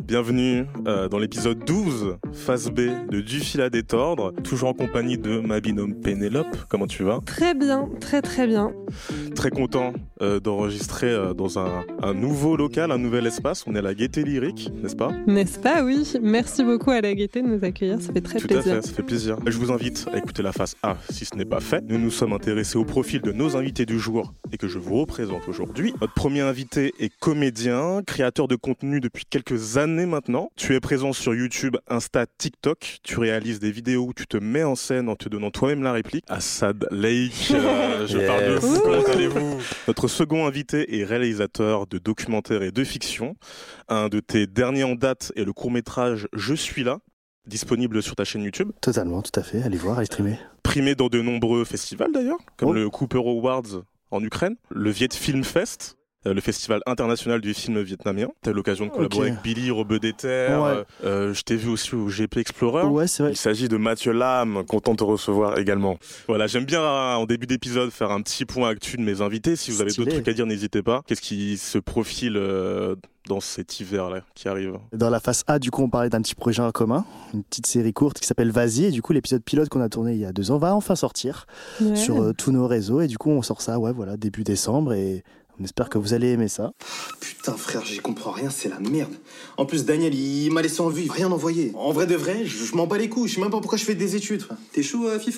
bienvenue dans l'épisode 12, phase B de Du fil à détordre, toujours en compagnie de ma binôme Pénélope. Comment tu vas ? Très bien, très bien. Très content d'enregistrer dans un nouveau local, un nouvel espace. On est à la Gaîté Lyrique, n'est-ce pas ? N'est-ce pas ? Oui. Merci beaucoup à la Gaîté de nous accueillir, ça fait très plaisir. Tout à fait, ça fait plaisir. Je vous invite à écouter la phase A si ce n'est pas fait. Nous nous sommes intéressés au profil de nos invités du jour et que je vous représente aujourd'hui. Notre premier invité est comédien, créateur de contenu depuis quelques années maintenant. Tu es présent sur YouTube, Insta, TikTok. Tu réalises des vidéos où tu te mets en scène en te donnant toi-même la réplique. Assad Laïc, je parle de vous, comment allez-vous ? Notre second invité est réalisateur de documentaires et de fiction. Un de tes derniers en date est le court-métrage Je suis là, disponible sur ta chaîne YouTube. Totalement, tout à fait. Allez voir, allez streamer. Primé dans de nombreux festivals d'ailleurs, comme le Cooper Awards en Ukraine, le Viet Film Fest, le festival international du film vietnamien. Tu as eu l'occasion de collaborer avec Billy, Rebeu des Terres. Je t'ai vu aussi au GP Explorer. Ouais, c'est vrai. Il s'agit de Mathieu Lame, content de te recevoir également. Voilà, j'aime bien en début d'épisode faire un petit point actu de mes invités. Si vous avez d'autres trucs à dire, n'hésitez pas. Qu'est-ce qui se profile dans cet hiver-là qui arrive ? Dans la phase A, du coup, on parlait d'un petit projet en commun, une petite série courte qui s'appelle Vas-y. Et du coup, l'épisode pilote qu'on a tourné il y a 2 ans va enfin sortir sur tous nos réseaux. Et du coup, on sort ça, début décembre. Et on espère que vous allez aimer ça. Putain, frère, j'y comprends rien, c'est la merde. En plus, Daniel, il m'a laissé en vue, rien envoyé. En vrai de vrai, je m'en bats les couilles, je sais même pas pourquoi je fais des études. T'es chaud, FIFA ?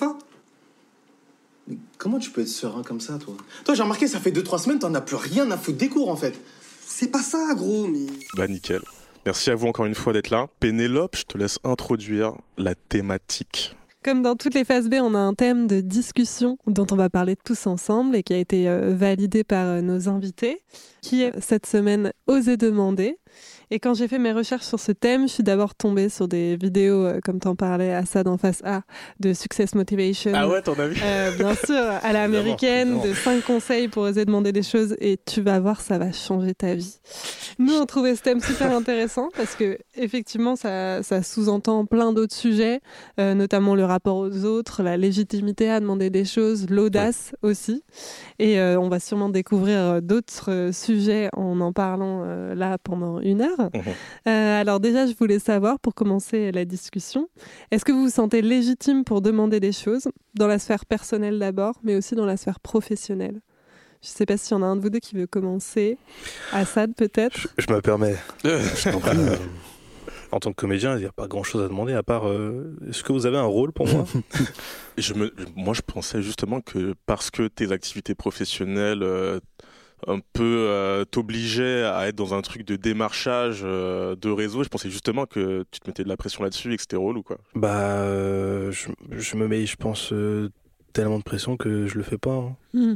Mais comment tu peux être serein comme ça, toi ? Toi, j'ai remarqué, ça fait 2-3 semaines, t'en as plus rien à foutre des cours, en fait. C'est pas ça, gros, mais... Bah, nickel. Merci à vous encore une fois d'être là. Pénélope, je te laisse introduire la thématique. Comme dans toutes les phases B, on a un thème de discussion dont on va parler tous ensemble et qui a été validé par nos invités, qui est cette semaine Oser demander. Et quand j'ai fait mes recherches sur ce thème, je suis d'abord tombée sur des vidéos, comme t'en parlais, Assad en face A, de Success Motivation. Ah ouais, t'en as vu ? Bien sûr, à l'américaine, de 5 conseils pour oser demander des choses et tu vas voir, ça va changer ta vie. Nous, on trouvait ce thème super intéressant parce que effectivement, ça sous-entend plein d'autres sujets, notamment le rapport aux autres, la légitimité à demander des choses, l'audace aussi. Et on va sûrement découvrir d'autres sujets en parlant là pendant 1 heure. Alors déjà, je voulais savoir, pour commencer la discussion, est-ce que vous vous sentez légitime pour demander des choses, dans la sphère personnelle d'abord, mais aussi dans la sphère professionnelle ? Je ne sais pas s'il y en a un de vous deux qui veut commencer. Assad, peut-être ? Je me permets. En tant que comédien, il n'y a pas grand-chose à demander, à part est-ce que vous avez un rôle pour moi ? Moi, je pensais justement que parce que tes activités professionnelles un peu t'obligeaient à être dans un truc de démarchage de réseau, je pensais justement que tu te mettais de la pression là-dessus et que c'était relou, quoi. Bah, je me mets, je pense, tellement de pression que je le fais pas. Hein.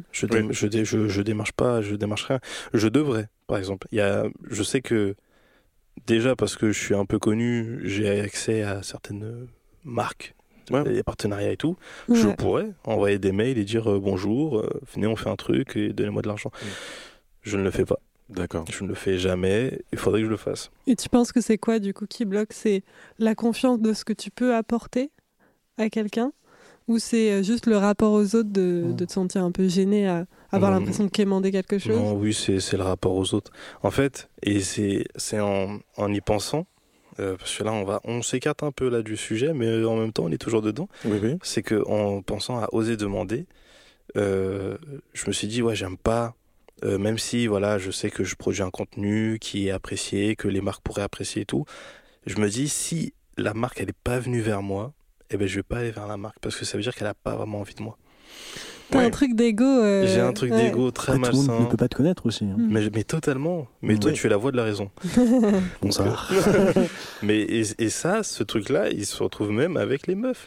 Je démarche pas, je démarche rien. Je devrais, par exemple. Je sais que déjà parce que je suis un peu connu, j'ai accès à certaines marques. Les partenariats et tout, je pourrais envoyer des mails et dire bonjour, venez on fait un truc et donnez-moi de l'argent. Je ne le fais pas. D'accord. Je ne le fais jamais, il faudrait que je le fasse. Et tu penses que c'est quoi du coup qui bloque ? C'est la confiance de ce que tu peux apporter à quelqu'un ? Ou c'est juste le rapport aux autres de te sentir un peu gêné à avoir l'impression de quémander quelque chose ? Non, oui, c'est le rapport aux autres. En fait, et c'est en y pensant, parce que là on s'écarte un peu là du sujet, mais en même temps on est toujours dedans. Oui. C'est qu'en pensant à oser demander, je me suis dit j'aime pas, même si je sais que je produis un contenu qui est apprécié, que les marques pourraient apprécier et tout, je me dis si la marque elle est pas venue vers moi, je vais pas aller vers la marque parce que ça veut dire qu'elle a pas vraiment envie de moi. T'as un truc d'ego. J'ai un truc d'ego très malsain. Tout le monde ne peut pas te connaître aussi. Hein. Mais totalement. Mais toi, tu es la voix de la raison. Bon, ça va. Mais et ça, ce truc-là, il se retrouve même avec les meufs.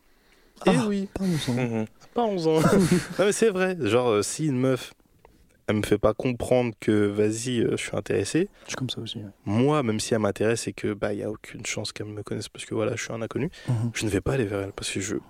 Oui. Parlons-en. Non, mais c'est vrai. Genre, si une meuf, elle me fait pas comprendre que vas-y, je suis intéressé. Je suis comme ça aussi. Ouais. Moi, même si elle m'intéresse et que y a aucune chance qu'elle me connaisse parce que je suis un inconnu, je ne vais pas aller vers elle parce que je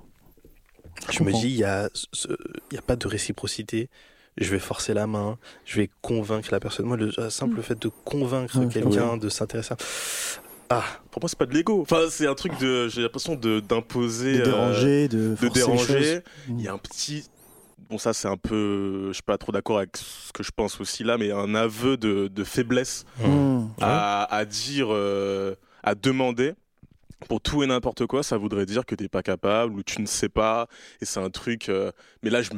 me dis, il y a pas de réciprocité. Je vais forcer la main, je vais convaincre la personne. Moi, le simple fait de convaincre quelqu'un de s'intéresser à... Pour moi, c'est pas de l'ego. Enfin, c'est un truc j'ai l'impression d'imposer... De déranger, de déranger. les choses. Il y a un petit bon ça c'est un peu, je suis pas trop d'accord avec ce que je pense aussi là, mais un aveu de faiblesse à dire, à demander. Pour tout et n'importe quoi, ça voudrait dire que t'es pas capable ou tu ne sais pas. Et c'est un truc. Mais là, je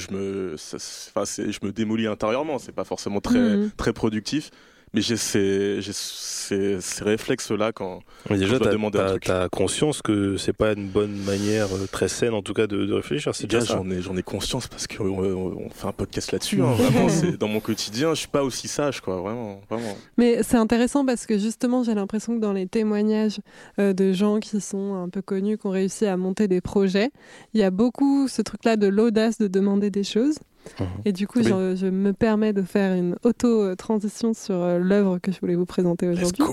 me démolis intérieurement. C'est pas forcément très productif. Mais j'ai ces réflexes-là quand je dois demander un truc. T'as conscience que c'est pas une bonne manière très saine, en tout cas, de réfléchir. C'est déjà ça. J'en ai conscience parce qu'on fait un podcast là-dessus. Hein, vraiment, c'est dans mon quotidien, je suis pas aussi sage, quoi. Vraiment. Mais c'est intéressant parce que justement, j'ai l'impression que dans les témoignages de gens qui sont un peu connus, qui ont réussi à monter des projets, il y a beaucoup ce truc-là de l'audace de demander des choses. Et du coup, je me permets de faire une auto-transition sur l'œuvre que je voulais vous présenter aujourd'hui.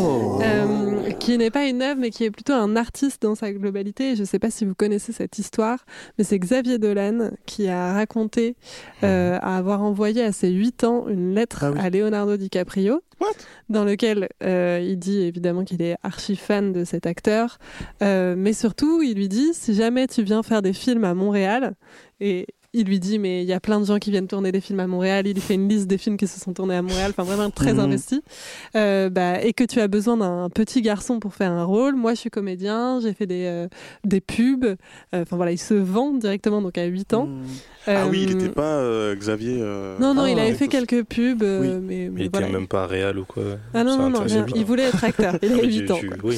Qui n'est pas une œuvre, mais qui est plutôt un artiste dans sa globalité. Je ne sais pas si vous connaissez cette histoire, mais c'est Xavier Dolan qui a raconté à avoir envoyé à ses 8 ans une lettre à Leonardo DiCaprio, dans lequel il dit évidemment qu'il est archi fan de cet acteur, mais surtout, il lui dit, si jamais tu viens faire des films à Montréal, et il lui dit, mais il y a plein de gens qui viennent tourner des films à Montréal. Il lui fait une liste des films qui se sont tournés à Montréal, enfin vraiment très investi. Et que tu as besoin d'un petit garçon pour faire un rôle. Moi, je suis comédien, j'ai fait des pubs. Enfin voilà, il se vend directement, donc à 8 ans. Ah oui, il n'était pas Xavier. Non, il avait fait quelques pubs, mais il n'était même pas réel ou quoi. Ah non, il voulait être acteur. Il avait 8 ans. Oui.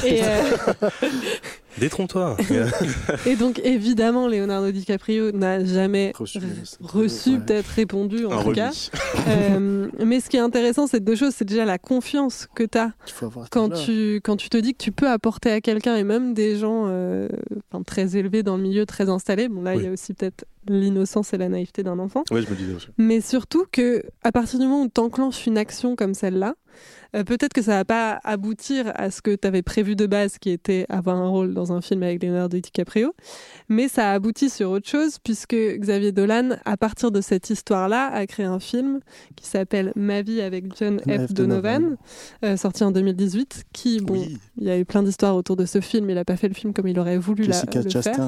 Détrompe-toi. Et donc, évidemment, Leonardo DiCaprio n'a jamais reçu peut-être répondu, en tout cas. Mais ce qui est intéressant, c'est deux choses. C'est déjà la confiance que tu as quand tu te dis que tu peux apporter à quelqu'un, et même des gens très élevés dans le milieu, très installés. Bon, là, il y a aussi peut-être l'innocence et la naïveté d'un enfant. Oui, je me disais aussi. Mais surtout qu'à partir du moment où tu enclenches une action comme celle-là, peut-être que ça va pas aboutir à ce que tu avais prévu de base, qui était avoir un rôle dans un film avec Leonardo DiCaprio, mais ça aboutit sur autre chose, puisque Xavier Dolan, à partir de cette histoire-là, a créé un film qui s'appelle Ma vie avec John F. Donovan, sorti en 2018, qui, il y a eu plein d'histoires autour de ce film, il a pas fait le film comme il aurait voulu le faire.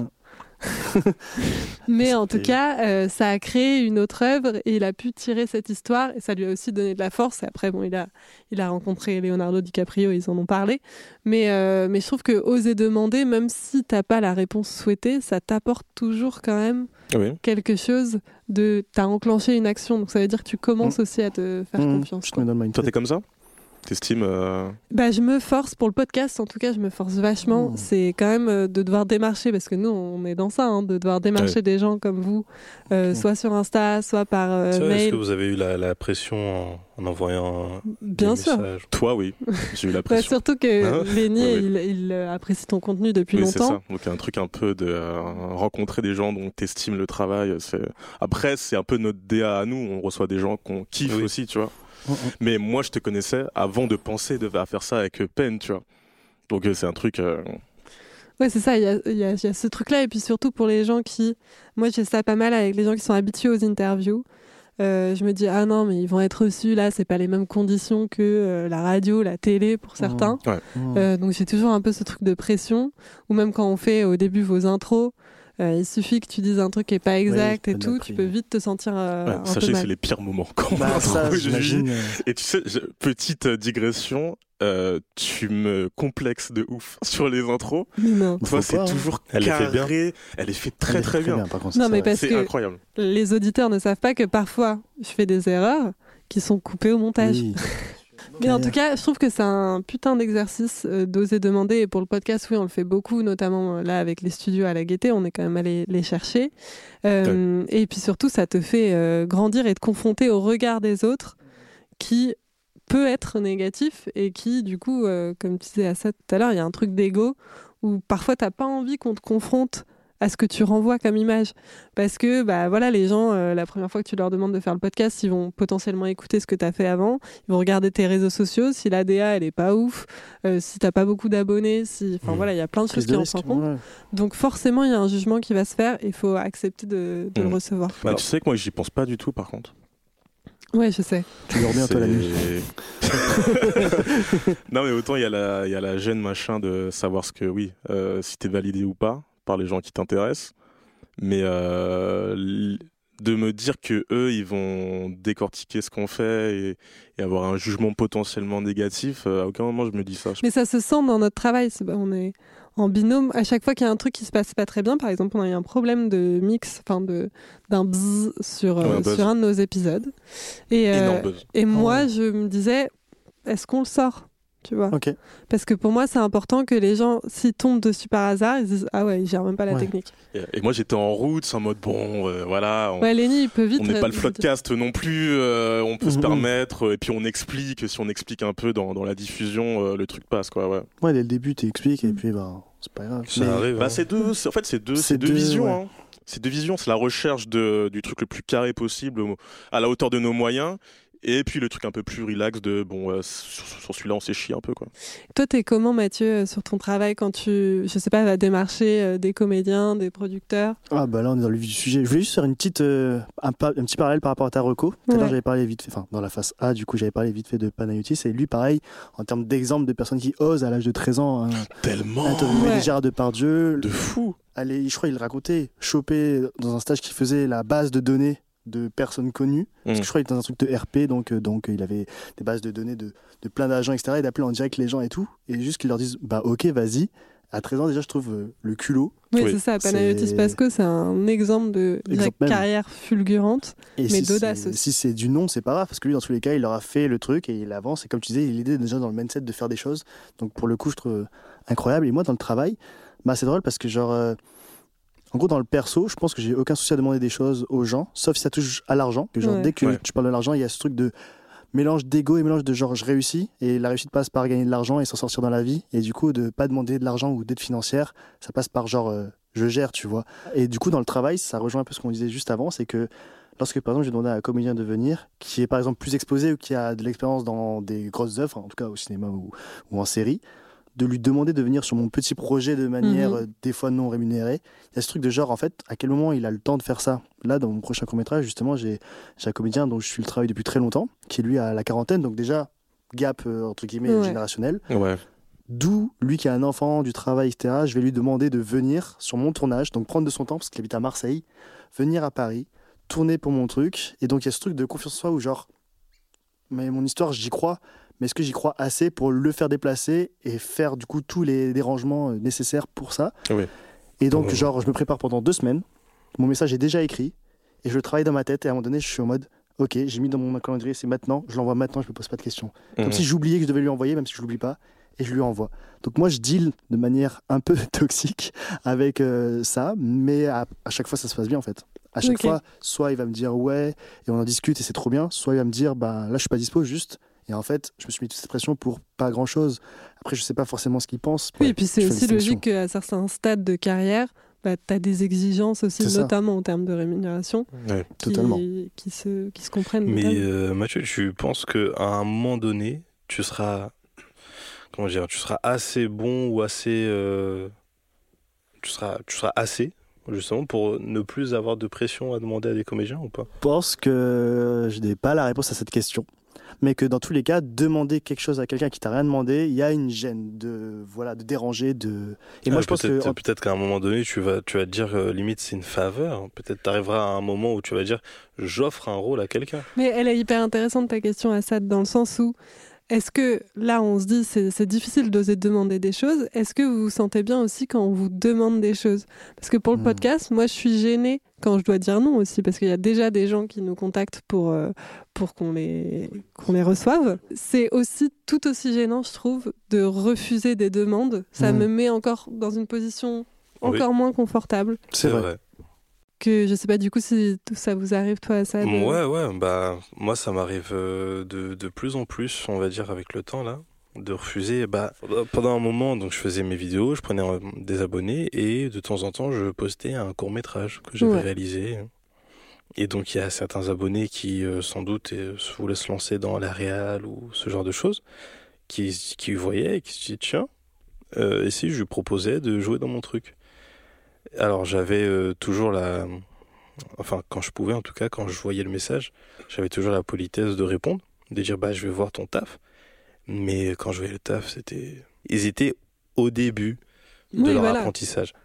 Mais en tout cas, ça a créé une autre œuvre et il a pu tirer cette histoire et ça lui a aussi donné de la force. Et après, il a rencontré Leonardo DiCaprio, ils en ont parlé. Mais je trouve que oser demander, même si t'as pas la réponse souhaitée, ça t'apporte toujours quand même quelque chose. T'as enclenché une action, donc ça veut dire que tu commences aussi à te faire confiance. Toi, t'es comme ça ? T'estimes je me force pour le podcast, en tout cas je me force vachement. C'est quand même de devoir démarcher, parce que nous on est dans ça, de devoir démarcher des gens comme vous, soit sur Insta, soit par mail. Est-ce que vous avez eu la pression en envoyant Bien des sûr. messages? Toi, oui, j'ai eu la pression. Surtout que Léni, il apprécie ton contenu depuis longtemps. C'est ça. Donc il y a un truc un peu de rencontrer des gens dont t'estimes le travail. Après, c'est un peu notre DA à nous. On reçoit des gens qu'on kiffe aussi, tu vois. Mais moi, je te connaissais avant de penser à faire ça avec Pen, tu vois. Donc c'est un truc... Ouais, c'est ça, il y a ce truc-là. Et puis surtout pour les gens qui... Moi, j'ai ça pas mal avec les gens qui sont habitués aux interviews. Je me dis, ah non, mais ils vont être reçus, là, c'est pas les mêmes conditions que la radio, la télé, pour certains. Donc j'ai toujours un peu ce truc de pression. Ou même quand on fait au début vos intros, il suffit que tu dises un truc qui est pas exact et tout, tu peux vite te sentir un peu sachez mal. que c'est les pires moments quand j'imagine. Et tu sais, petite digression, tu me complexes de ouf sur les intros. Mais non. Toi, c'est toujours carré. Elle est faite très très bien. Par contre, non, mais parce c'est que incroyable. Les auditeurs ne savent pas que parfois je fais des erreurs qui sont coupées au montage. Oui. Mais en tout cas, je trouve que c'est un putain d'exercice d'oser demander. Et pour le podcast, oui, on le fait beaucoup, notamment là avec les studios à la Gaîté, on est quand même allé les chercher. Et puis surtout, ça te fait grandir et te confronter au regard des autres qui peut être négatif et qui, du coup, comme tu disais à ça tout à l'heure, il y a un truc d'ego où parfois t'as pas envie qu'on te confronte à ce que tu renvoies comme image, parce que les gens, la première fois que tu leur demandes de faire le podcast, ils vont potentiellement écouter ce que tu as fait avant, ils vont regarder tes réseaux sociaux, si l'ADA elle est pas ouf, si t'as pas beaucoup d'abonnés, il y a plein de choses qui rentrent en compte. Donc forcément il y a un jugement qui va se faire et il faut accepter de le recevoir. Tu sais que moi j'y pense pas du tout par contre. Ouais, je sais. Tu dors bien toi la nuit. Non mais autant il y a la gêne machin de savoir si t'es validé ou pas par les gens qui t'intéressent. Mais de me dire que eux, ils vont décortiquer ce qu'on fait et avoir un jugement potentiellement négatif, à aucun moment je me dis ça. Mais ça se sent dans notre travail. On est en binôme. À chaque fois qu'il y a un truc qui se passe pas très bien, par exemple, on a eu un problème de mix, d'un buzz sur un de nos épisodes. Et moi, je me disais, est-ce qu'on le sort ? Tu vois. Okay. Parce que pour moi, c'est important que les gens, s'ils tombent dessus par hasard, ils disent ah ouais, ils gèrent même pas la technique. Et moi, j'étais en route, en mode voilà. Lenny, il peut vite. On n'est pas le Floodcast non plus. On peut se permettre. Et puis on explique. Si on explique un peu dans la diffusion, le truc passe quoi. Ouais. Dès le début, tu expliques et puis c'est pas grave. Ça arrive. C'est deux visions. Hein. C'est deux visions. C'est la recherche du truc le plus carré possible à la hauteur de nos moyens. Et puis le truc un peu plus relax de sur celui-là on s'est chié un peu quoi. Toi t'es comment Mathieu sur ton travail quand tu vas démarcher des comédiens, des producteurs? Là on est dans le vif du sujet. Je voulais juste faire un petit parallèle par rapport à ta reco. Tout à l'heure j'avais parlé vite fait, dans la phase A du coup j'avais parlé vite fait de Panayotis et lui pareil en termes d'exemple de personnes qui osent à l'âge de 13 ans tellement interviewer Gérard Depardieu. De fou. Allez, je crois il racontait choper dans un stage qu'il faisait la base de données de personnes connues, parce que je crois qu'il était dans un truc de RP, donc il avait des bases de données de plein d'agents, etc., et d'appeler en direct les gens et tout, et juste qu'ils leur disent, ok, vas-y. À 13 ans, déjà, je trouve le culot. Oui, c'est ça, Panayotis Pasco, c'est un exemple de carrière fulgurante, mais d'audace aussi. Si c'est du non, c'est pas grave, parce que lui, dans tous les cas, il aura fait le truc, et il avance, et comme tu disais, il est déjà dans le mindset de faire des choses, donc pour le coup, je trouve incroyable. Et moi, dans le travail, c'est drôle, parce que en gros, dans le perso, je pense que j'ai aucun souci à demander des choses aux gens, sauf si ça touche à l'argent. Que dès que tu parles de l'argent, il y a ce truc de mélange d'ego et mélange de je réussis. Et la réussite passe par gagner de l'argent et s'en sortir dans la vie. Et du coup, de pas demander de l'argent ou d'aide financière, ça passe par je gère, tu vois. Et du coup, dans le travail, ça rejoint un peu ce qu'on disait juste avant, c'est que lorsque, par exemple, j'ai demandé à un comédien de venir, qui est par exemple plus exposé ou qui a de l'expérience dans des grosses œuvres, en tout cas au cinéma ou en série, de lui demander de venir sur mon petit projet de manière des fois non rémunérée. Il y a ce truc de en fait, à quel moment il a le temps de faire ça. Là, dans mon prochain court-métrage, justement, j'ai un comédien dont je suis le travail depuis très longtemps, qui lui a la quarantaine, donc déjà, gap, entre guillemets, générationnel. Ouais. D'où, lui qui a un enfant, du travail, etc., je vais lui demander de venir sur mon tournage, donc prendre de son temps, parce qu'il habite à Marseille, venir à Paris, tourner pour mon truc. Et donc, il y a ce truc de confiance en soi où mais mon histoire, j'y crois, mais est-ce que j'y crois assez pour le faire déplacer et faire du coup tous les dérangements nécessaires pour ça. Et donc je me prépare pendant 2 semaines, mon message est déjà écrit et je le travaille dans ma tête et à un moment donné je suis en mode ok, j'ai mis dans mon calendrier, c'est maintenant, je l'envoie maintenant, je me pose pas de questions. Comme si j'oubliais que je devais lui envoyer, même si je l'oublie pas, et je lui envoie. Donc moi je deal de manière un peu toxique avec ça, mais à chaque fois ça se passe bien en fait. À chaque fois, soit il va me dire ouais et on en discute et c'est trop bien, soit il va me dire là je suis pas dispo juste. Et en fait, je me suis mis toute cette pression pour pas grand-chose. Après, je sais pas forcément ce qu'il pense. Oui, et puis c'est aussi logique qu'à certains stades de carrière, tu as des exigences aussi, notamment en termes de rémunération, totalement. Qui se comprennent. Mais Mathieu, tu penses qu'à un moment donné, tu seras assez bon ou assez... tu seras assez, justement, pour ne plus avoir de pression à demander à des comédiens ou pas? Je pense que je n'ai pas la réponse à cette question. Mais que dans tous les cas, demander quelque chose à quelqu'un qui t'a rien demandé, il y a une gêne de déranger, Et moi, je pense que peut-être qu'à un moment donné, tu vas te dire limite c'est une faveur. Peut-être t'arriveras à un moment où tu vas dire j'offre un rôle à quelqu'un. Mais elle est hyper intéressante ta question, Assad, dans le sens où est-ce que là on se dit c'est difficile d'oser demander des choses. Est-ce que vous vous sentez bien aussi quand on vous demande des choses? Parce que pour le podcast, moi je suis gênée quand je dois dire non aussi, parce qu'il y a déjà des gens qui nous contactent pour qu'on les reçoive. C'est aussi tout aussi gênant, je trouve, de refuser des demandes. Ça me met encore dans une position encore moins confortable. C'est vrai. Que je sais pas du coup si ça vous arrive toi à ça. Moi ça m'arrive de plus en plus, on va dire, avec le temps là, de refuser. Pendant un moment, donc je faisais mes vidéos, je prenais des abonnés et de temps en temps je postais un court-métrage que j'avais réalisé. Et donc il y a certains abonnés qui sans doute voulaient se lancer dans la réal ou ce genre de choses, qui voyaient et qui se disaient tiens, et si je lui proposais de jouer dans mon truc. Alors j'avais toujours quand je pouvais, en tout cas quand je voyais le message, j'avais toujours la politesse de répondre, de dire je vais voir ton taf. Mais quand je voyais le taf, ils étaient au début de leur apprentissage.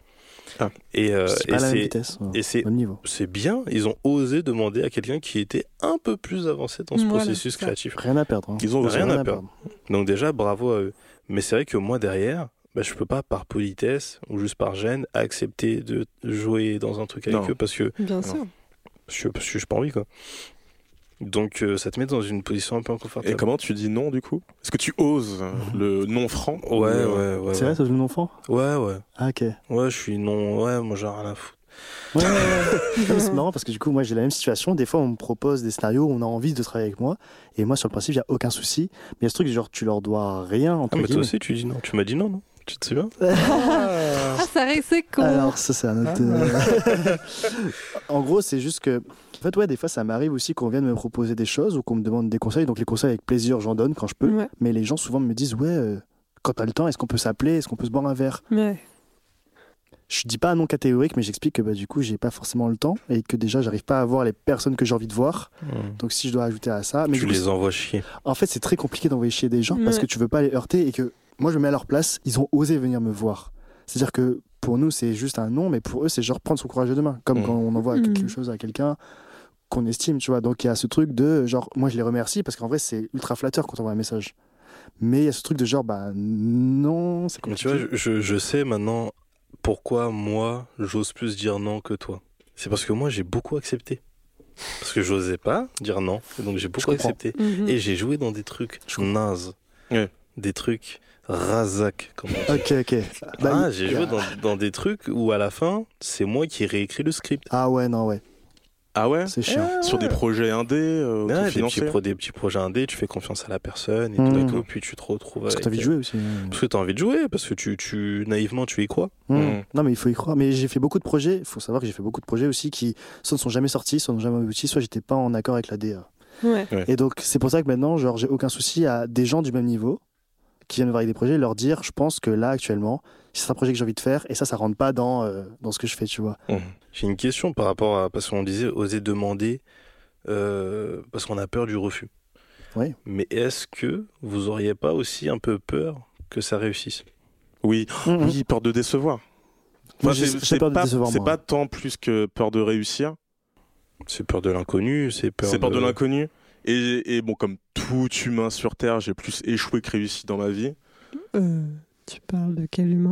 Et c'est pas la même vitesse, même niveau. C'est bien, ils ont osé demander à quelqu'un qui était un peu plus avancé dans ce processus créatif. Rien à perdre. Ils ont rien à perdre. Donc déjà, bravo à eux. Mais c'est vrai que moi, derrière, je peux pas, par politesse ou juste par gêne, accepter de jouer dans un truc avec eux parce que... Bien sûr. Parce que j'ai pas envie, quoi. Donc ça te met dans une position un peu inconfortable. Et comment tu dis non, du coup ? Est-ce que tu oses le non franc ? Ouais. C'est vrai, ça, le non franc ? Ouais. Ah, ok. Ouais, je suis non... Ouais, moi j'ai rien à foutre. Ouais. Non, c'est marrant parce que du coup, moi j'ai la même situation. Des fois, on me propose des scénarios où on a envie de travailler avec moi. Et moi, sur le principe, il n'y a aucun souci. Mais il y a ce truc, genre, tu leur dois rien. Entre mais toi aussi, tu dis non. Tu m'as dit non, non ? Tu te souviens ? Ça reste c'est con. Alors, ça, c'est un autre. En gros, c'est juste que. En fait, ouais, des fois, ça m'arrive aussi qu'on vienne me proposer des choses ou qu'on me demande des conseils. Donc, les conseils, avec plaisir, j'en donne quand je peux. Ouais. Mais les gens, souvent, me disent quand t'as le temps, est-ce qu'on peut s'appeler ? Est-ce qu'on peut se boire un verre ? Ouais. Je dis pas un nom catégorique, mais j'explique que du coup, j'ai pas forcément le temps et que déjà, j'arrive pas à voir les personnes que j'ai envie de voir. Donc, si je dois ajouter à ça. Mais tu les envoies chier. En fait, c'est très compliqué d'envoyer chier des gens parce que tu veux pas les heurter et que moi, je me mets à leur place. Ils ont osé venir me voir. C'est-à-dire que pour nous, c'est juste un non, mais pour eux, c'est genre prendre son courage à deux mains. Comme quand on envoie quelque chose à quelqu'un qu'on estime, tu vois. Donc il y a ce truc de genre, moi je les remercie parce qu'en vrai, c'est ultra flatteur quand on envoie un message. Mais il y a ce truc de genre, non, c'est compliqué. Mais tu vois, je sais maintenant pourquoi moi, j'ose plus dire non que toi. C'est parce que moi, j'ai beaucoup accepté. Parce que j'osais pas dire non. Et donc j'ai beaucoup accepté. Et j'ai joué dans des trucs nazes. Ouais. Des trucs rasac, comme on dit. Ok. J'ai joué dans des trucs où à la fin, c'est moi qui ai réécrit le script. Ah ouais, non, ouais. Ah ouais ? C'est chiant. Sur des projets indés, des petits projets indés, tu fais confiance à la personne et tout d'un coup, puis tu te retrouves parce que t'as envie de jouer aussi. Parce que t'as envie de jouer, parce que tu naïvement, tu y crois. Non, mais il faut y croire. Mais j'ai fait beaucoup de projets, il faut savoir que j'ai fait beaucoup de projets aussi qui soit ne sont jamais sortis, soit n'ont jamais abouti, soit j'étais pas en accord avec la DA. Ouais. Et donc, c'est pour ça que maintenant, genre, j'ai aucun souci à des gens du même niveau qui viennent me voir avec des projets, leur dire, je pense que là, actuellement, c'est un projet que j'ai envie de faire, et ça rentre pas dans ce que je fais, tu vois. J'ai une question par rapport à, parce qu'on disait, oser demander, parce qu'on a peur du refus. Oui. Mais est-ce que vous auriez pas aussi un peu peur que ça réussisse ? Oui, peur de décevoir. Enfin, j'ai peur de décevoir, c'est pas tant plus que peur de réussir. C'est peur de l'inconnu, c'est peur de l'inconnu. Et bon, comme tout humain sur Terre, j'ai plus échoué que réussi dans ma vie. Tu parles de quel humain ?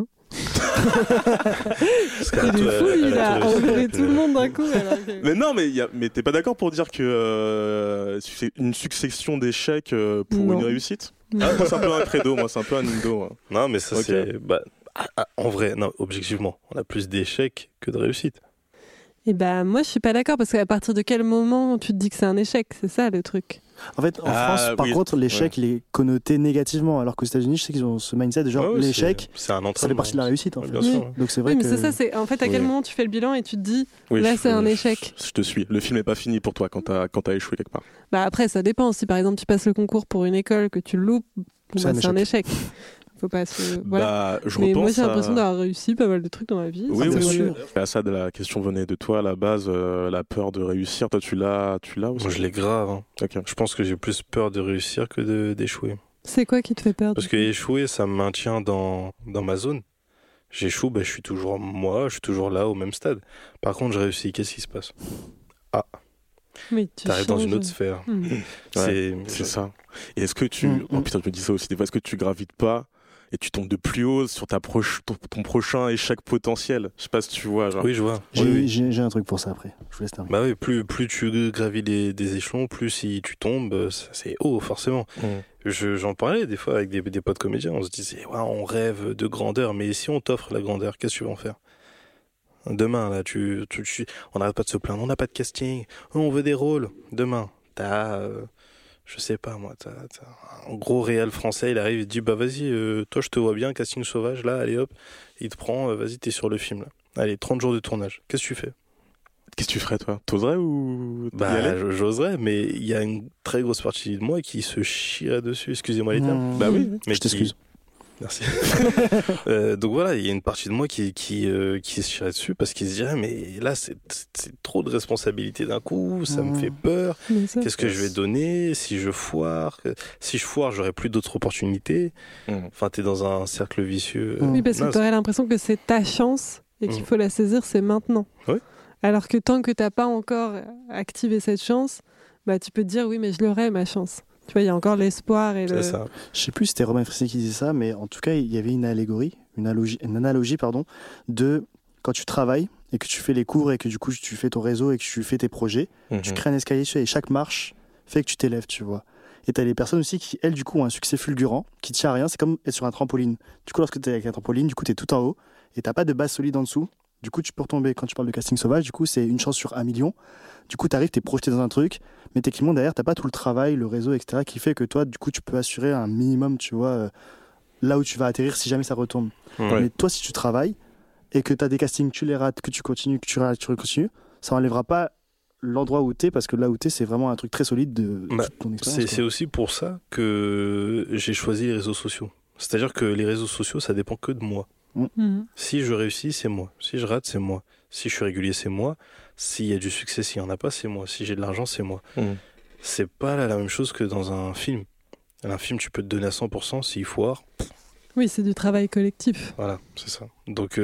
Parce il est fou, il a enlevé tout le monde d'un coup. Mais non, mais t'es pas d'accord pour dire que c'est une succession d'échecs pour une réussite ? Moi, c'est un peu un credo, moi, c'est un peu un indo. Hein. Non, mais ça, c'est... en vrai, non, objectivement, on a plus d'échecs que de réussites. Et moi, je suis pas d'accord, parce qu'à partir de quel moment tu te dis que c'est un échec ? C'est ça, le truc. En fait, en France, par contre, l'échec, il est connoté négativement, alors qu'aux États-Unis, je sais qu'ils ont ce mindset de genre, l'échec, ça fait partie de la réussite, en fait. Bien sûr. Donc c'est vrai mais c'est ça, c'est en fait, à quel moment tu fais le bilan et tu te dis, là, c'est un échec. Je te suis. Le film n'est pas fini pour toi quand t'as échoué quelque part. Après, ça dépend. Si par exemple, tu passes le concours pour une école, que tu le loupes, c'est un échec. Faut pas se... Voilà. Mais moi, j'ai l'impression d'avoir réussi pas mal de trucs dans ma vie. Oui, bien sûr. Ça, la question venait de toi à la base, la peur de réussir. Toi, tu l'as aussi. Moi, je l'ai grave. Hein. Okay. Je pense que j'ai plus peur de réussir que d'échouer. C'est quoi qui te fait peur ? Parce que échouer, ça me maintient dans ma zone. J'échoue, je suis toujours moi, je suis toujours là, au même stade. Par contre, je réussis, qu'est-ce qui se passe ? T'arrives dans une autre sphère. C'est ça. Et est-ce que oh putain, je me dis ça aussi, des fois, est-ce que tu gravites pas et tu tombes de plus haut sur ton prochain échec potentiel ? Je sais pas si tu vois. Genre. Oui, je vois. J'ai un truc pour ça après. Je vous laisse terminer. Oui, plus tu gravis des échelons, plus si tu tombes, c'est haut, forcément. J'en parlais des fois avec des potes comédiens. On se disait, on rêve de grandeur, mais si on t'offre la grandeur, qu'est-ce que tu vas en faire ? Demain, là, on n'arrête pas de se plaindre. On n'a pas de casting. On veut des rôles. Demain, t'as... je sais pas moi, t'as un gros réal français, il arrive, il te dit vas-y, toi je te vois bien, casting sauvage, là, allez hop, il te prend, vas-y, t'es sur le film, là. Allez, 30 jours de tournage, qu'est-ce que tu fais ? Qu'est-ce que tu ferais, toi ? T'oserais ou... J'oserais, mais il y a une très grosse partie de moi qui se chierait dessus, excusez-moi les termes. Oui, mais je t'excuse. Merci. Donc voilà, il y a une partie de moi qui se chierait dessus parce qu'il se dirait mais là c'est trop de responsabilité d'un coup, ça me fait peur. Qu'est-ce que je vais donner si je foire ? Si je foire, j'aurai plus d'autres opportunités. Enfin, t'es dans un cercle vicieux. Oui, parce que t'aurais l'impression que c'est ta chance et qu'il faut la saisir, c'est maintenant. Oui. Alors que tant que t'as pas encore activé cette chance, bah tu peux te dire oui mais je l'aurai ma chance. Tu vois, il y a encore l'espoir et C'est ça. Je sais plus si c'était Romain Frisset qui disait ça, mais en tout cas, il y avait une analogie, de quand tu travailles et que tu fais les cours et que du coup tu fais ton réseau et que tu fais tes projets, tu crées un escalier et chaque marche fait que tu t'élèves, tu vois. Et t'as les personnes aussi qui, elles, du coup, ont un succès fulgurant, qui tient à rien, c'est comme être sur un trampoline. Du coup, lorsque t'es avec un trampoline, du coup, t'es tout en haut et t'as pas de base solide en dessous. Du coup, tu peux retomber. Quand tu parles de casting sauvage, du coup, c'est une chance sur 1 million. Du coup, t'arrives, t'es projeté dans un truc, mais techniquement, derrière, t'as pas tout le travail, le réseau, etc., qui fait que toi, du coup, tu peux assurer un minimum, tu vois, là où tu vas atterrir si jamais ça retombe. Ouais. Mais toi, si tu travailles et que t'as des castings, tu les rates, que tu continues, que tu rates, tu continues, ça enlèvera pas l'endroit où t'es, parce que là où t'es, c'est vraiment un truc très solide de toute ton expérience. C'est aussi pour ça que j'ai choisi les réseaux sociaux. C'est-à-dire que les réseaux sociaux, ça dépend que de moi. Si je réussis, c'est moi. Si je rate, c'est moi. Si je suis régulier, c'est moi. S'il y a du succès, s'il n'y en a pas, c'est moi. Si j'ai de l'argent, c'est moi. C'est pas la même chose que dans un film. Un film, tu peux te donner à 100%, s'il foire. Oui, c'est du travail collectif. Voilà, c'est ça. Donc,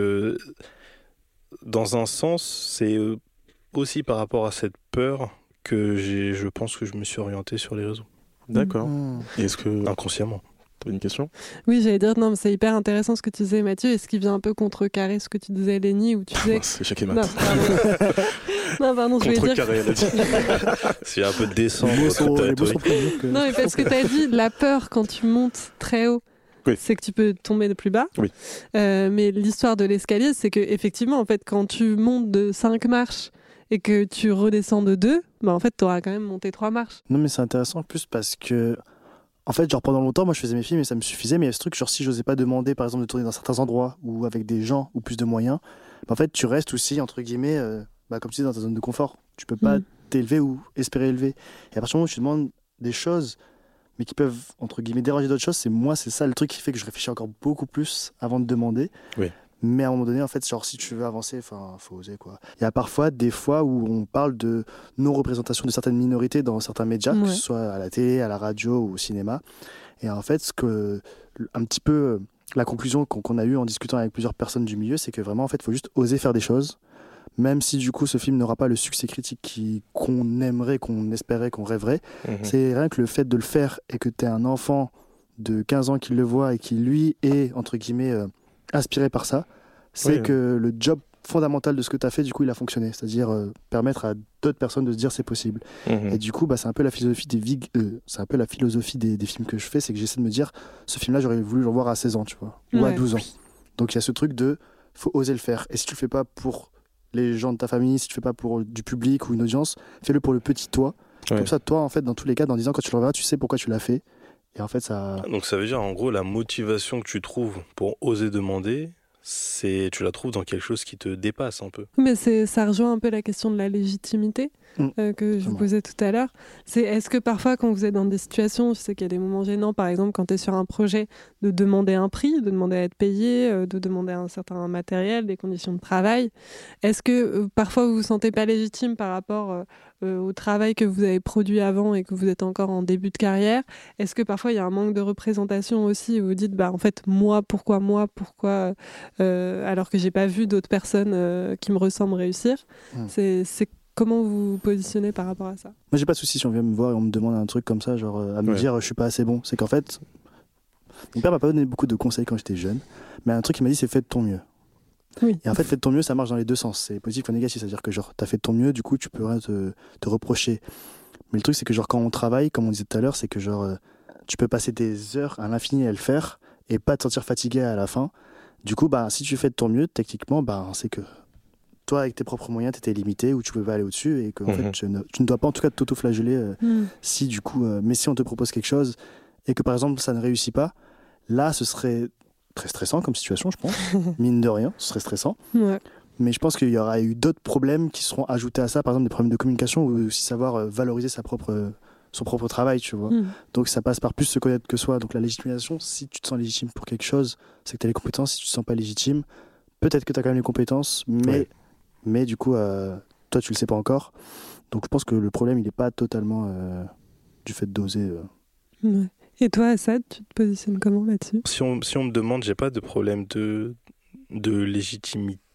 dans un sens, c'est aussi par rapport à cette peur que je pense que je me suis orienté sur les réseaux. D'accord. Et est-ce que... Inconsciemment. T'as une question ? Oui, j'allais dire, non, mais c'est hyper intéressant ce que tu disais, Mathieu, et ce qui vient un peu contrecarrer ce que tu disais, Lénie, où tu disais... C'est Jacques et Matt. Non, pardon. Non, pardon, je voulais dire... Contrecarré, elle a dit. C'est un peu décent. Les mots sont plus durs que... Non, mais parce que tu as dit, la peur, quand tu montes très haut, oui. c'est que tu peux tomber de plus bas. Oui. Mais l'histoire de l'escalier, c'est que effectivement, en fait, quand tu montes de 5 marches et que tu redescends de 2, bah, en fait, tu auras quand même monté 3 marches. Non, mais c'est intéressant en plus parce que, en fait, genre pendant longtemps, moi je faisais mes films et ça me suffisait, mais il y a ce truc, genre si j'osais pas demander par exemple de tourner dans certains endroits ou avec des gens ou plus de moyens, bah, en fait, tu restes aussi, entre guillemets, comme tu dis, dans ta zone de confort. Tu peux pas t'élever ou espérer élever. Et à partir du moment où tu demandes des choses, mais qui peuvent, entre guillemets, déranger d'autres choses, c'est ça le truc qui fait que je réfléchis encore beaucoup plus avant de demander. Oui. Mais à un moment donné, en fait, genre, si tu veux avancer, faut oser, quoi. Il y a parfois des fois où on parle de non-représentation de certaines minorités dans certains médias, que ce soit à la télé, à la radio ou au cinéma. Et en fait, un petit peu, la conclusion qu'on a eue en discutant avec plusieurs personnes du milieu, c'est que vraiment, en fait, il faut juste oser faire des choses. Même si du coup ce film n'aura pas le succès critique qu'on aimerait, qu'on espérait, qu'on rêverait, c'est rien que le fait de le faire et que tu es un enfant de 15 ans qui le voit et qui lui est, entre guillemets, inspiré par ça, c'est que le job fondamental de ce que tu as fait, du coup, il a fonctionné. C'est-à-dire permettre à d'autres personnes de se dire c'est possible. Et du coup, c'est un peu la philosophie des films que je fais, c'est que j'essaie de me dire, ce film-là, j'aurais voulu le revoir à 16 ans, tu vois, ou à 12 ans. Donc il y a ce truc de, faut oser le faire. Et si tu le fais pas pour les gens de ta famille, si tu fais pas pour du public ou une audience, fais-le pour le petit toi. Comme ça, toi, en fait, dans tous les cas, dans 10 ans, quand tu le reverras, tu sais pourquoi tu l'as fait. Et en fait, ça... Donc ça veut dire, en gros, la motivation que tu trouves pour oser demander, tu la trouves dans quelque chose qui te dépasse un peu. Mais ça rejoint un peu la question de la légitimité que je vous posais tout à l'heure. Est-ce que parfois, quand vous êtes dans des situations, je sais qu'il y a des moments gênants, par exemple, quand tu es sur un projet, de demander un prix, de demander à être payé, de demander un certain matériel, des conditions de travail, est-ce que parfois vous vous sentez pas légitime par rapport au travail que vous avez produit avant et que vous êtes encore en début de carrière? Est-ce que parfois il y a un manque de représentation aussi où vous dites, en fait, pourquoi alors que j'ai pas vu d'autres personnes qui me ressemblent réussir? C'est comment vous vous positionnez par rapport à ça? Moi, j'ai pas de souci si on vient me voir et on me demande un truc comme ça, genre à me dire je suis pas assez bon. C'est qu'en fait, mon père m'a pas donné beaucoup de conseils quand j'étais jeune, mais un truc qu'il m'a dit, c'est fais de ton mieux. Oui. Et en fait, fais de ton mieux, ça marche dans les deux sens. C'est positif ou négatif, c'est-à-dire que genre t'as fait de ton mieux, du coup tu peux rien te reprocher. Mais le truc, c'est que genre quand on travaille, comme on disait tout à l'heure, c'est que genre tu peux passer des heures à l'infini à le faire et pas te sentir fatigué à la fin. Du coup, si tu fais de ton mieux, techniquement, c'est que toi, avec tes propres moyens, tu étais limité ou tu pouvais pas aller au-dessus et que en fait, tu ne dois pas en tout cas t'auto-flageller si du coup, mais si on te propose quelque chose et que par exemple ça ne réussit pas, là ce serait très stressant comme situation, je pense. Mine de rien, ce serait stressant. Ouais. Mais je pense qu'il y aura eu d'autres problèmes qui seront ajoutés à ça, par exemple des problèmes de communication ou aussi savoir valoriser son propre travail, tu vois. Donc ça passe par plus se connaître que soi. Donc la légitimation, si tu te sens légitime pour quelque chose, c'est que tu as les compétences. Si tu te sens pas légitime, peut-être que tu as quand même les compétences, mais du coup, toi, tu le sais pas encore. Donc je pense que le problème, il est pas totalement du fait d'oser. Ouais. Et toi, Assad, tu te positionnes comment là-dessus? Si on me demande, j'ai pas de problème de légitimité.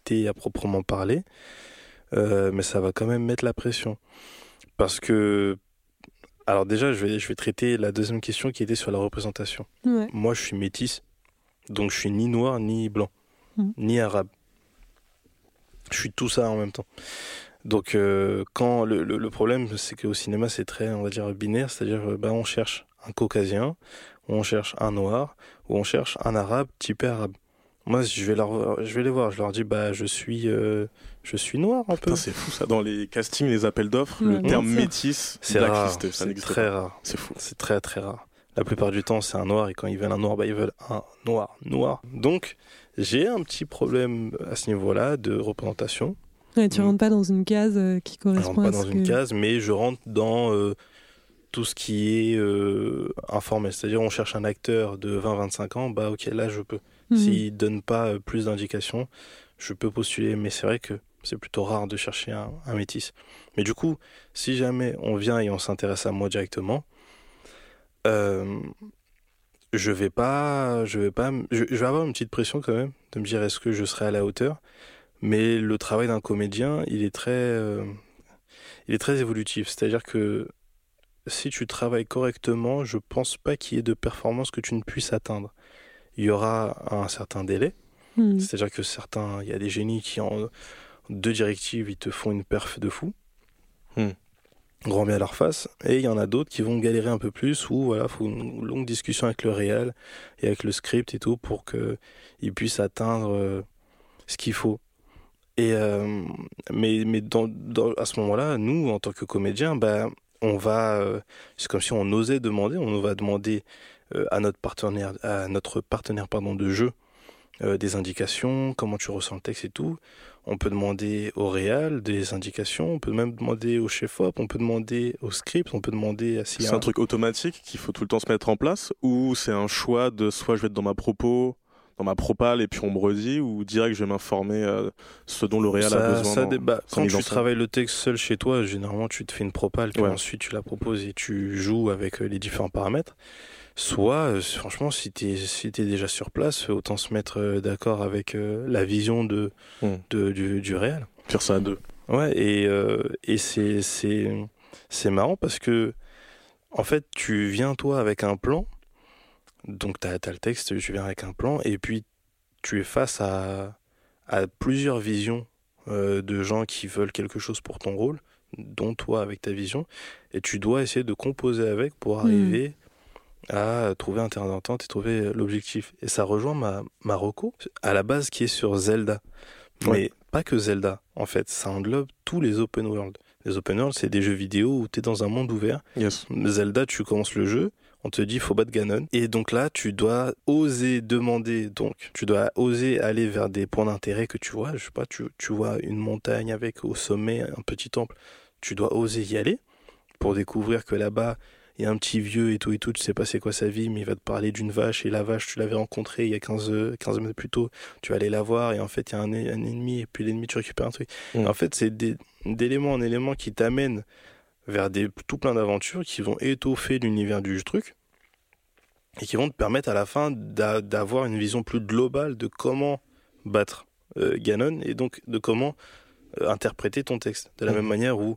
qualité à proprement parler, mais ça va quand même mettre la pression. Parce que, alors déjà, je vais traiter la deuxième question qui était sur la représentation. Ouais. Moi, je suis métis, donc je suis ni noir, ni blanc, ni arabe. Je suis tout ça en même temps. Donc, quand le problème, c'est qu'au cinéma, c'est très, on va dire, binaire, c'est-à-dire, on cherche un caucasien, ou on cherche un noir, ou on cherche un arabe typé arabe. Moi, je vais les voir, je leur dis, je suis noir un peu. Putain, c'est fou ça. Dans les castings, les appels d'offres, le terme métis, c'est rare. Ça n'existe très pas. rare. C'est fou. C'est très très rare. La plupart du temps, c'est un noir, et quand ils veulent un noir, ils veulent un noir. Donc, j'ai un petit problème à ce niveau-là de représentation. Ouais, tu rentres pas dans une case qui correspond à ce que... Je rentre pas dans une case, mais je rentre dans tout ce qui est informel. C'est-à-dire, on cherche un acteur de 20-25 ans, ok, là, je peux. S'il donne pas plus d'indications, je peux postuler. Mais c'est vrai que c'est plutôt rare de chercher un métis. Mais du coup, si jamais on vient et on s'intéresse à moi directement, je vais avoir une petite pression quand même, de me dire est-ce que je serai à la hauteur. Mais le travail d'un comédien, il est très évolutif. C'est-à-dire que si tu travailles correctement, je pense pas qu'il y ait de performance que tu ne puisses atteindre. Il y aura un certain délai. C'est-à-dire que il y a des génies qui en 2 directives, ils te font une perf de fou. Grand bien à leur face. Et il y en a d'autres qui vont galérer un peu plus, où voilà, faut une longue discussion avec le réal et avec le script et tout pour qu'ils puissent atteindre ce qu'il faut. Et mais à ce moment-là, nous, en tant que comédiens, c'est comme si on osait demander, on va demander à notre partenaire de jeu des indications, comment tu ressens le texte et tout. On peut demander au réal des indications, on peut même demander au chef-op, on peut demander au script, on peut demander à... C'est un truc automatique qu'il faut tout le temps se mettre en place, ou c'est un choix de soit je vais être dans ma propale et puis on me redit, ou direct je vais m'informer ce dont le réal a besoin. Quand tu travailles le texte seul chez toi, généralement tu te fais une propale, puis ensuite tu la proposes et tu joues avec les différents paramètres. Soit, franchement, si t'es déjà sur place, autant se mettre d'accord avec la vision du réal. Faire ça à 2. Ouais, et c'est marrant parce que, en fait, tu viens toi avec un plan. Donc t'as le texte, tu viens avec un plan, et puis tu es face à plusieurs visions de gens qui veulent quelque chose pour ton rôle, dont toi avec ta vision, et tu dois essayer de composer avec pour arriver à trouver un terrain d'entente et trouver l'objectif. Et ça rejoint ma reco, à la base, qui est sur Zelda. Mais pas que Zelda, en fait, ça englobe tous les open world. Les open world, c'est des jeux vidéo où t'es dans un monde ouvert. Yes. Zelda, tu commences le jeu, on te dit faut battre Ganon, et donc là tu dois oser demander, donc tu dois oser aller vers des points d'intérêt que tu vois, je sais pas, tu vois une montagne avec au sommet un petit temple, tu dois oser y aller pour découvrir que là-bas il y a un petit vieux et tout, tu sais pas c'est quoi sa vie, mais il va te parler d'une vache, et la vache tu l'avais rencontrée il y a 15 mètres plus tôt, tu vas aller la voir, et en fait il y a un ennemi, et puis l'ennemi tu récupères un truc. En fait c'est d'élément en élément qui t'amènent vers tout plein d'aventures qui vont étoffer l'univers du truc et qui vont te permettre à la fin d'avoir une vision plus globale de comment battre Ganon, et donc de comment interpréter ton texte. De la même manière où,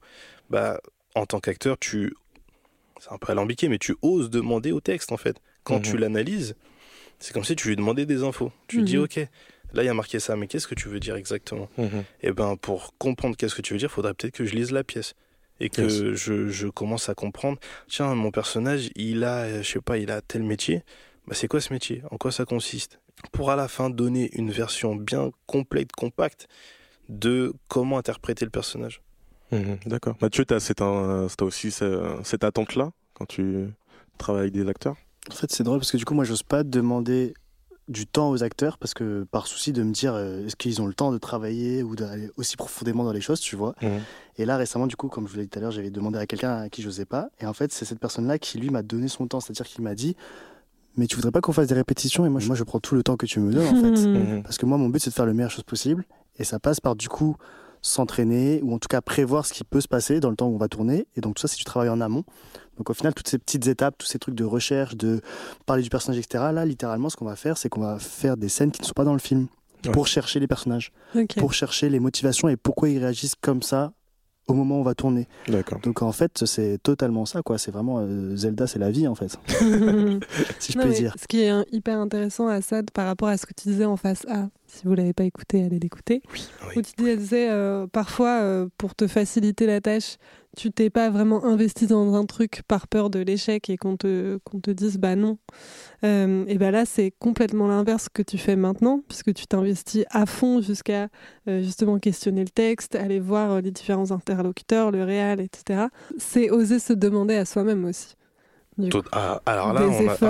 en tant qu'acteur, c'est un peu alambiqué, mais tu oses demander au texte, en fait. Quand tu l'analyses, c'est comme si tu lui demandais des infos. Tu dis, ok, là il y a marqué ça, mais qu'est-ce que tu veux dire exactement ? Et pour comprendre qu'est-ce que tu veux dire, il faudrait peut-être que je lise la pièce. Et que je commence à comprendre, tiens, mon personnage, il a tel métier, c'est quoi ce métier ? En quoi ça consiste ? Pour à la fin donner une version bien complète, compacte de comment interpréter le personnage. D'accord. Mathieu, t'as aussi cette attente-là quand tu travailles avec des acteurs ? En fait, c'est drôle parce que du coup, moi, j'ose pas demander du temps aux acteurs parce que par souci de me dire est-ce qu'ils ont le temps de travailler ou d'aller aussi profondément dans les choses, tu vois. Et là récemment, du coup, comme je vous l'ai dit tout à l'heure, j'avais demandé à quelqu'un à qui j'osais pas, et en fait c'est cette personne-là qui lui m'a donné son temps, c'est-à-dire qu'il m'a dit mais tu voudrais pas qu'on fasse des répétitions, et moi je prends tout le temps que tu me donnes en fait, parce que moi mon but c'est de faire le meilleure chose possible, et ça passe par du coup s'entraîner, ou en tout cas prévoir ce qui peut se passer dans le temps où on va tourner, et donc tout ça c'est du travail en amont. Donc au final, toutes ces petites étapes, tous ces trucs de recherche, de parler du personnage, etc., là littéralement ce qu'on va faire, c'est qu'on va faire des scènes qui ne sont pas dans le film. pour chercher les personnages, pour chercher les motivations et pourquoi ils réagissent comme ça au moment où on va tourner. D'accord. Donc en fait, c'est totalement ça, quoi. C'est vraiment Zelda, c'est la vie, en fait. Si je peux dire. Ce qui est hyper intéressant, Assad, par rapport à ce que tu disais en face A, si vous ne l'avez pas écouté, allez l'écouter. Oui. Où tu disais, parfois, pour te faciliter la tâche, tu t'es pas vraiment investi dans un truc par peur de l'échec et qu'on te dise bah non. Et bah là, c'est complètement l'inverse que tu fais maintenant, puisque tu t'investis à fond jusqu'à justement questionner le texte, aller voir les différents interlocuteurs, le réal, etc. C'est oser se demander à soi-même aussi. Alors là,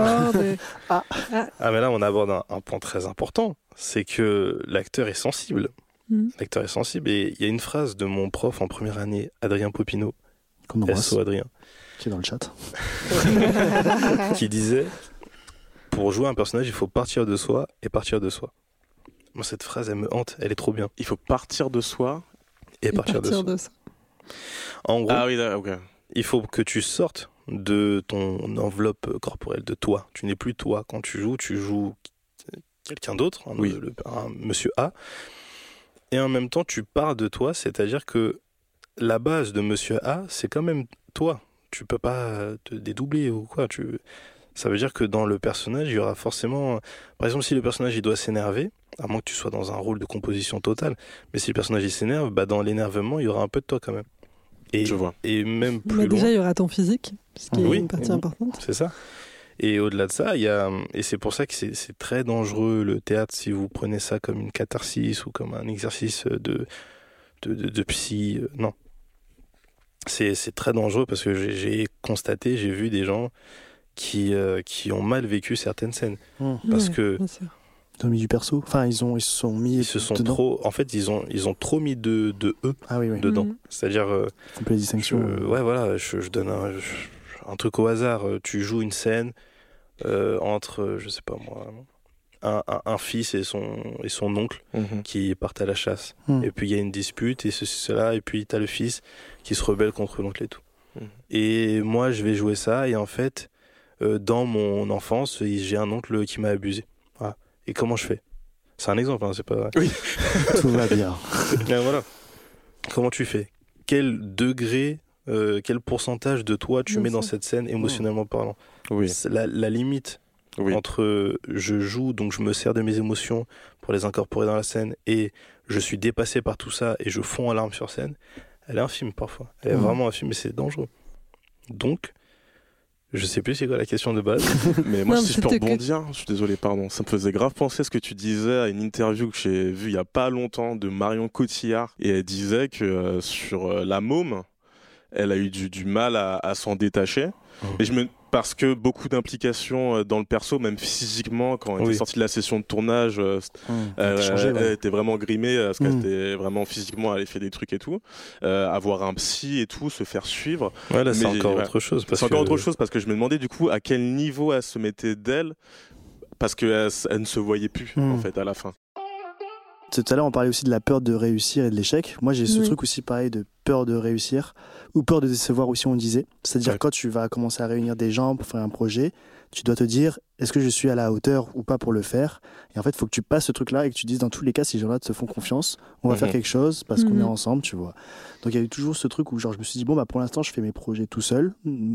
mais là, on aborde un point très important, c'est que l'acteur est sensible. L'acteur est sensible, et il y a une phrase de mon prof en première année, Adrien Popinot, SO Adrien, qui est dans le chat, qui disait: pour jouer un personnage, il faut partir de soi et partir de soi. Moi, cette phrase, elle me hante, elle est trop bien. Il faut partir de soi et partir de soi. En gros, il faut que tu sortes de ton enveloppe corporelle, de toi. Tu n'es plus toi. Quand tu joues quelqu'un d'autre, un monsieur A, et en même temps, tu pars de toi, c'est-à-dire que la base de monsieur A, c'est quand même toi. Tu peux pas te dédoubler ou quoi. Ça veut dire que dans le personnage, il y aura forcément... Par exemple, si le personnage il doit s'énerver, à moins que tu sois dans un rôle de composition totale, mais si le personnage il s'énerve, bah dans l'énervement, il y aura un peu de toi quand même. Et, je vois. Et même plus loin... Déjà, il y aura ton physique, ce qui est une partie importante. C'est ça. Et au-delà de ça, et c'est pour ça que c'est très dangereux le théâtre, si vous prenez ça comme une catharsis ou comme un exercice de psy. Non. C'est très dangereux parce que j'ai vu des gens qui ont mal vécu certaines scènes. Parce que... Ils ont mis du perso. Enfin, ils se sont mis. Ils se sont trop. En fait, ils ont trop mis de eux dedans. C'est-à-dire. Complète distinction. Je donne un truc au hasard. Tu joues une scène entre, je sais pas moi, un fils et son oncle qui partent à la chasse. Et puis il y a une dispute et cela. Et puis t'as le fils qui se rebelle contre l'oncle et tout. Et moi, je vais jouer ça. Et en fait, dans mon enfance, j'ai un oncle qui m'a abusé. Voilà. Et comment je fais ? C'est un exemple, hein, c'est pas... Oui. Tout va bien. Mais voilà. Comment tu fais ? Quel degré, quel pourcentage de toi tu mets dans cette scène, émotionnellement parlant ? Oui. La limite entre je joue, donc je me sers de mes émotions pour les incorporer dans la scène, et je suis dépassé par tout ça, et je fonds en larmes sur scène, elle est infime parfois. Elle est vraiment infime, mais c'est dangereux. Donc... Je sais plus c'est quoi la question de base. Mais moi, si je peux rebondir, je suis désolé, pardon. Ça me faisait grave penser à ce que tu disais à une interview que j'ai vue il y a pas longtemps de Marion Cotillard. Et elle disait que sur La Môme, elle a eu du mal à s'en détacher. Et parce que beaucoup d'implications dans le perso, même physiquement, quand elle était sortie de la session de tournage, elle était vraiment grimée, parce qu'elle était vraiment physiquement, elle avait fait des trucs et tout. Avoir un psy et tout, se faire suivre. Ouais, là, c'est encore autre chose. Encore autre chose, parce que je me demandais du coup à quel niveau elle se mettait d'elle, parce qu'elle ne se voyait plus, en fait, à la fin. Tout à l'heure, on parlait aussi de la peur de réussir et de l'échec. Moi, j'ai ce truc aussi pareil de peur de réussir ou peur de décevoir aussi, on disait. C'est-à-dire quand tu vas commencer à réunir des gens pour faire un projet, tu dois te dire est-ce que je suis à la hauteur ou pas pour le faire ? Et en fait, il faut que tu passes ce truc-là et que tu dises dans tous les cas, si les gens-là te font confiance, on va faire quelque chose parce qu'on est ensemble, tu vois. Donc il y a eu toujours ce truc où genre, je me suis dit pour l'instant, je fais mes projets tout seul,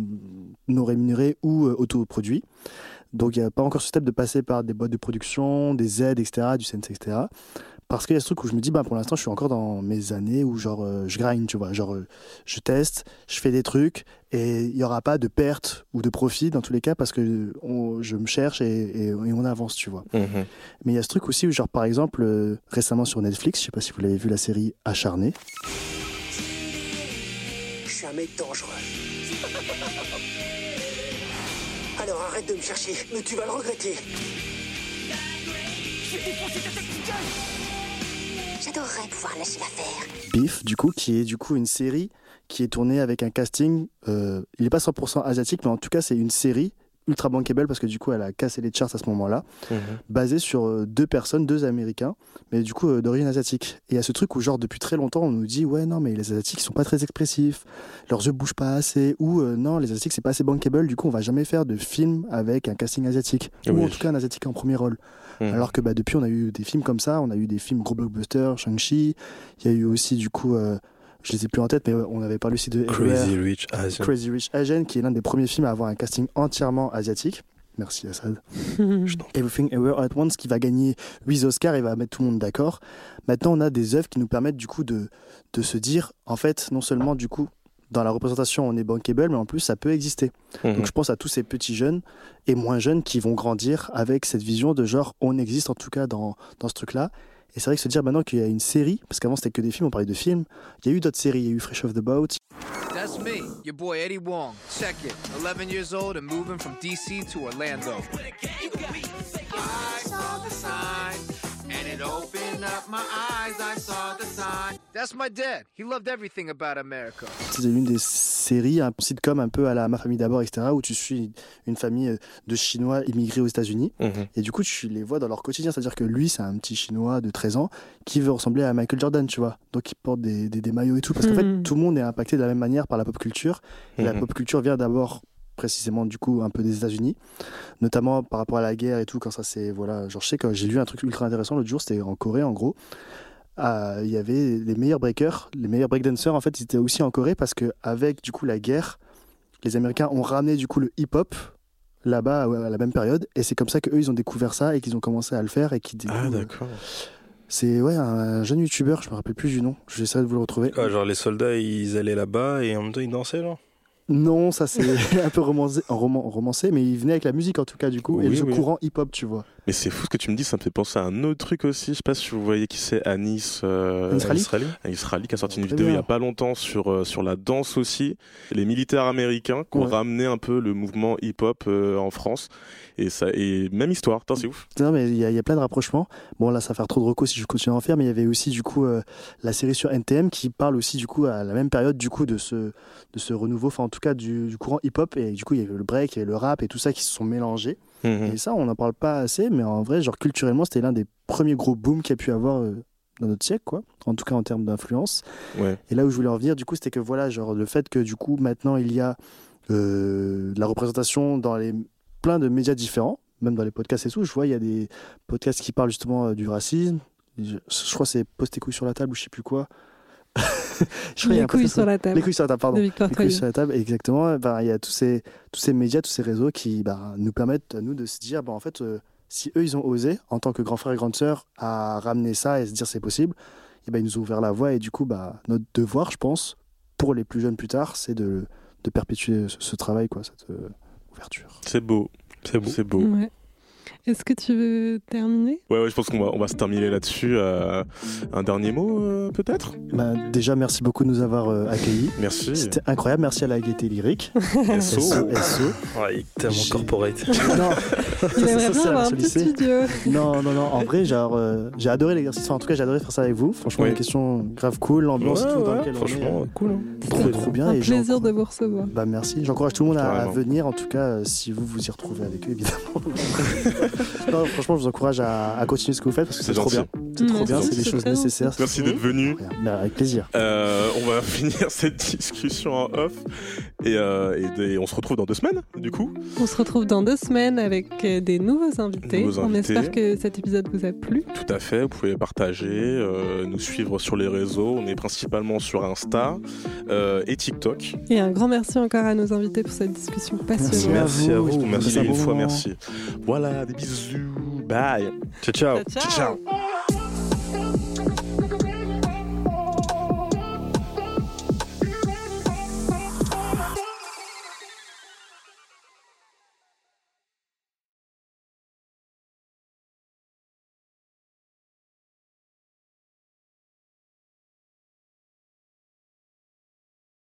non rémunérés ou autoproduits. Donc il n'y a pas encore ce step de passer par des boîtes de production, des aides, etc., du CNC, etc. Parce qu'il y a ce truc où je me dis, pour l'instant, je suis encore dans mes années où je grind, tu vois. Je teste, je fais des trucs et il n'y aura pas de perte ou de profit dans tous les cas parce que je me cherche et on avance, tu vois. Mais il y a ce truc aussi où, par exemple, récemment sur Netflix, je ne sais pas si vous l'avez vu, la série Acharné. Je suis un mec dangereux. Alors arrête de me chercher, mais tu vas le regretter. Je vais défoncer ta tactique. J'adorerais pouvoir lâcher l'affaire. Beef, du coup, qui est du coup une série qui est tournée avec un casting, il n'est pas 100% asiatique, mais en tout cas c'est une série ultra bankable parce que du coup elle a cassé les charts à ce moment-là, basée sur deux Américains, mais du coup d'origine asiatique. Et il y a ce truc où genre depuis très longtemps on nous dit ouais non mais les Asiatiques ils sont pas très expressifs, leurs yeux bougent pas assez, ou non les Asiatiques c'est pas assez bankable, du coup on va jamais faire de film avec un casting asiatique, ou en tout cas un Asiatique en premier rôle. Alors que depuis on a eu des films comme ça, on a eu des films gros blockbusters, Shang-Chi, il y a eu aussi du coup je les ai plus en tête, mais on avait parlé aussi de Crazy Rich Asian, qui est l'un des premiers films à avoir un casting entièrement asiatique. Merci Assad. Everything Everywhere All at Once, qui va gagner 8 Oscars et va mettre tout le monde d'accord. Maintenant, on a des œuvres qui nous permettent du coup de se dire, en fait, non seulement du coup, dans la représentation, on est bankable, mais en plus, ça peut exister. Donc, je pense à tous ces petits jeunes et moins jeunes qui vont grandir avec cette vision de genre, on existe en tout cas dans ce truc-là. Et c'est vrai que se dire maintenant qu'il y a une série, parce qu'avant c'était que des films, on parlait de films, il y a eu d'autres séries, il y a eu Fresh Off the Boat. That's me, your boy Eddie Wong. Check it, 11 years old and moving from DC to Orlando. I saw the sign, and it opened up my eyes. I saw the sign. That's my dad. He loved everything about America. C'est l'une des séries, un sitcom un peu à la Ma famille d'abord, etc., où tu suis une famille de Chinois immigrés aux États-Unis. Et du coup, tu les vois dans leur quotidien. C'est-à-dire que lui, c'est un petit Chinois de 13 ans qui veut ressembler à Michael Jordan, tu vois. Donc, il porte des maillots et tout. Parce qu'en fait, tout le monde est impacté de la même manière par la pop culture. Et la pop culture vient d'abord précisément du coup un peu des États-Unis, notamment par rapport à la guerre et tout. Quand ça c'est voilà, genre je sais que j'ai lu un truc ultra intéressant l'autre jour, c'était en Corée en gros. Il y avait les meilleurs breakers, les meilleurs breakdancers en fait, ils étaient aussi en Corée parce que avec du coup la guerre, les Américains ont ramené du coup le hip-hop là-bas à la même période, et c'est comme ça qu'eux ils ont découvert ça et qu'ils ont commencé à le faire et qui d'accord. C'est un jeune youtubeur, je me rappelle plus du nom, j'essaierai de vous le retrouver. Genre les soldats ils allaient là-bas et en même temps ils dansaient genre. Non, ça c'est un peu romancé, mais il venait avec la musique en tout cas du coup, et le courant hip-hop, tu vois. Mais c'est fou ce que tu me dis, ça me fait penser à un autre truc aussi. Je sais pas si vous voyez qui c'est, Anis Rali qui a sorti une vidéo il y a pas longtemps sur la danse aussi. Les militaires américains qui ont ramené un peu le mouvement hip-hop en France. Et même histoire, c'est ouf. Non, mais il y a plein de rapprochements. Bon, là, ça va faire trop de recos si je continue à en faire, mais il y avait aussi du coup la série sur NTM qui parle aussi du coup à la même période du coup de ce renouveau, enfin en tout cas du courant hip-hop, et du coup il y avait le break, il y avait le rap et tout ça qui se sont mélangés. Et ça, on n'en parle pas assez, mais en vrai, genre culturellement, c'était l'un des premiers gros booms qu'il y a pu avoir dans notre siècle, quoi. En tout cas en termes d'influence. Et là où je voulais en venir, du coup, c'était que voilà, genre le fait que du coup maintenant il y a la représentation dans plein de médias différents, même dans les podcasts et tout. Je vois, il y a des podcasts qui parlent justement du racisme. Je crois que c'est Pose tes couilles sur la table ou je sais plus quoi. Les couilles sur la table. Les couilles sur la table, pardon. Les couilles sur la table, exactement. Il y a tous ces médias, tous ces réseaux qui nous permettent à nous de se dire, en fait, si eux, ils ont osé, en tant que grand frère et grande sœur, à ramener ça et se dire c'est possible, et ils nous ont ouvert la voie. Et du coup, notre devoir, je pense, pour les plus jeunes plus tard, c'est de perpétuer ce travail, quoi, cette ouverture. C'est beau. C'est beau. Ouais. Est-ce que tu veux terminer ? Ouais, je pense qu'on va se terminer là-dessus. Un dernier mot, peut-être ? Déjà, merci beaucoup de nous avoir accueillis. Merci. C'était incroyable. Merci à la Gaieté Lyrique. SO. Ouais, il est tellement corporate. Non. Il aimerait bien avoir un petit studio. Non. En vrai, j'ai adoré l'exercice. Enfin, en tout cas, j'ai adoré faire ça avec vous. Franchement, une question grave cool. L'ambiance et tout dans laquelle franchement, cool. Trop bien. Un plaisir de vous recevoir. Merci. J'encourage tout le monde à venir. En tout cas, si vous y retrouvez avec eux, évidemment. Non, franchement, je vous encourage à continuer ce que vous faites parce que c'est trop bien. C'est trop bien, c'est des choses nécessaires. Merci d'être venu. Avec plaisir. On va finir cette discussion en off et on se retrouve dans 2 semaines, du coup. On se retrouve dans 2 semaines avec des nouveaux invités. On espère que cet épisode vous a plu. Tout à fait, vous pouvez partager, nous suivre sur les réseaux. On est principalement sur Insta et TikTok. Et un grand merci encore à nos invités pour cette discussion passionnante. Merci à vous. Merci une fois, merci. Voilà, des bisous. Bye. Ciao. Ciao.